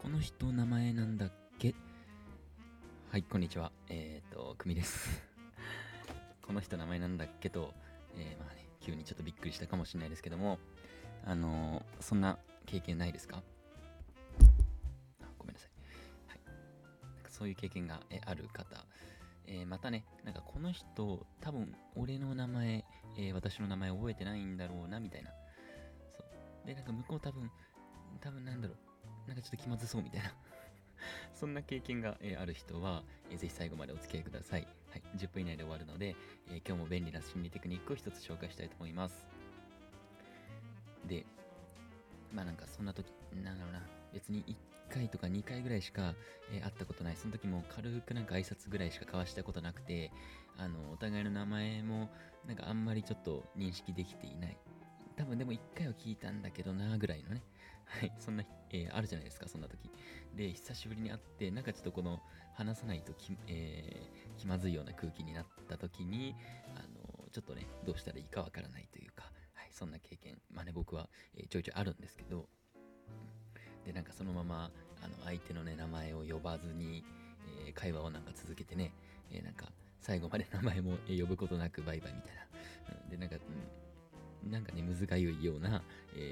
の人名前なんだっけ。はい、こんにちは。くみです。この人名前なんだっけと、まあね、急にちょっとびっくりしたかもしれないですけども、そんな経験ないですか？ごめんなさい。はい。なんかそういう経験がある方、またね、なんかこの人、多分俺の名前、私の名前覚えてないんだろうな、みたいな。そう。で、なんか向こう多分なんだろう。なんかちょっと気まずそうみたいな。そんな経験が、ある人は、ぜひ最後までお付き合いください。はい、10分以内で終わるので、今日も便利な心理テクニックを一つ紹介したいと思います。で、まあなんかそんな時、なんだろうな、別に1回とか2回ぐらいしか、会ったことない。その時も軽くなんか挨拶ぐらいしか交わしたことなくて、お互いの名前もなんかあんまりちょっと認識できていない。多分でも1回は聞いたんだけどなぐらいのね。はい、そんな、あるじゃないですか、そんな時。で、久しぶりに会って、なんかちょっとこの話さないと気まずいような空気になった時に、ちょっとね、どうしたらいいかわからないというか、はい、そんな経験、まあね、僕は、ちょいちょいあるんですけど、で、なんかそのまま、相手のね、名前を呼ばずに、会話をなんか続けてね、なんか、最後まで名前も呼ぶことなくバイバイみたいな。で、なんかね、むずがゆいような、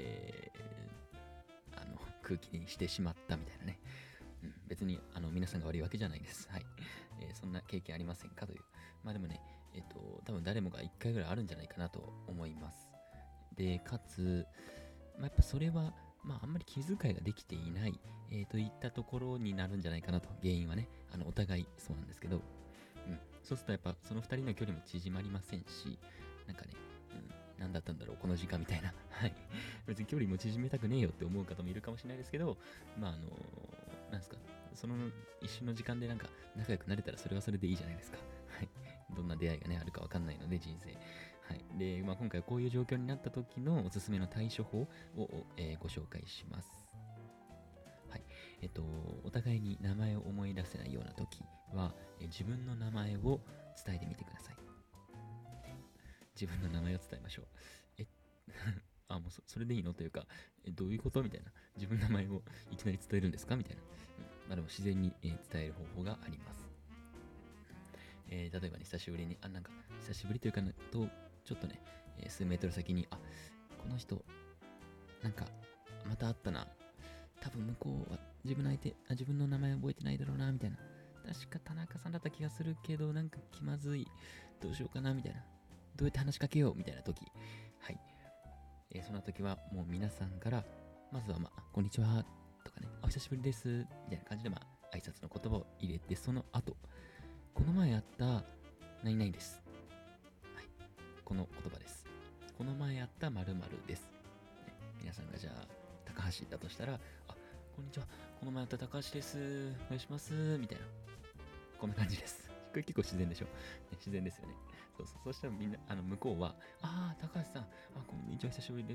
空気にしてしまったみたいなね。別に皆さんが悪いわけじゃないです。はい。そんな経験ありませんかという。まあでもね、多分誰もが1回ぐらいあるんじゃないかなと思います。で、かつ、やっぱそれは、あんまり気遣いができていない、といったところになるんじゃないかなと。原因はね、お互いそうなんですけど、そうするとやっぱその2人の距離も縮まりませんし、なんかね、何だったんだろう、この時間みたいな。はい。別に距離も縮めたくねえよって思う方もいるかもしれないですけど、なんですか、その一瞬の時間でなんか仲良くなれたらそれはそれでいいじゃないですか。はい。どんな出会いがね、あるかわかんないので、人生。はい。で、今回こういう状況になった時のおすすめの対処法を、ご紹介します。はい。お互いに名前を思い出せないような時は、自分の名前を伝えてみてください。自分の名前を伝えましょう。え、もうそれでいいのというか、どういうことみたいな。自分の名前をいきなり伝えるんですかみたいな。でも自然に、伝える方法があります。例えばね、久しぶりに、なんか、久しぶりというか、ちょっとね、数メートル先に、この人、なんか、また会ったな。多分向こうは自分の名前覚えてないだろうな、みたいな。確か田中さんだった気がするけど、なんか気まずい。どうしようかな、みたいな。どうやって話しかけよう、みたいな時。はい。そんな時は、もう皆さんから、まずは、こんにちは、とかね、お久しぶりです、みたいな感じで、挨拶の言葉を入れて、その後、この前あった何々です。はい。この言葉です。この前あった〇〇です。ね、皆さんがじゃあ、高橋だとしたら、こんにちは。この前あった高橋です。お願いします。みたいな。こんな感じです。これ結構自然でしょ。自然ですよね。そうしたらみんな、向こうは、高橋さん、こんにちは、久しぶりです。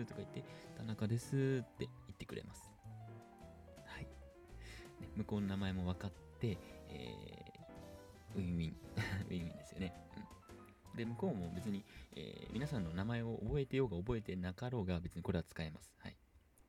とか言って、田中ですって言ってくれます。はい。ね、向こうの名前も分かって、ウィンウィン。ウィンウィンですよね。で、向こうも別に、皆さんの名前を覚えてようが覚えてなかろうが別にこれは使えます。はい。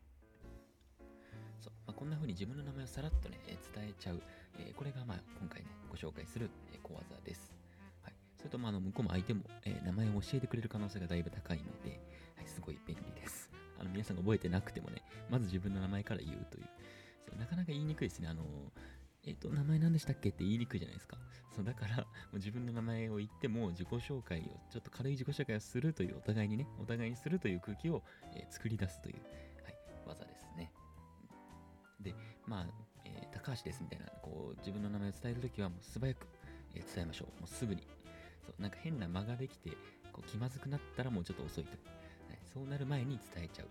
そう、こんな風に自分の名前をさらっとね、伝えちゃう。これが今回ね、ご紹介する、小技です。はい。それと向こうも相手も、名前を教えてくれる可能性がだいぶ高いので、はい、すごい便利です。皆さんが覚えてなくてもね、まず自分の名前から言うという。そうなかなか言いにくいですね。名前何でしたっけって言いにくいじゃないですか。そう、だから、もう自分の名前を言っても、自己紹介を、ちょっと軽い自己紹介をするという、お互いにするという空気を、作り出すという、はい、技ですね。で、高橋ですみたいな、自分の名前を伝えるときは、もう素早く、伝えましょう。もうすぐに。そう、なんか変な間ができて、気まずくなったらもうちょっと遅いという。はい、そうなる前に伝えちゃう。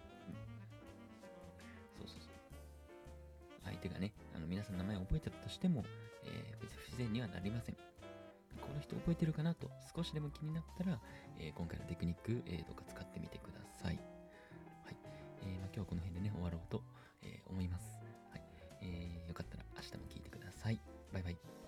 そうそうそう。相手がね、皆さんの名前を覚えてたとしても、別に不自然にはなりません。この人覚えてるかなと少しでも気になったら、今回のテクニック、どうか使ってみてください。はい。今日はこの辺でね、終わろうと、思います。はい。よかったら明日も聞いてください。バイバイ。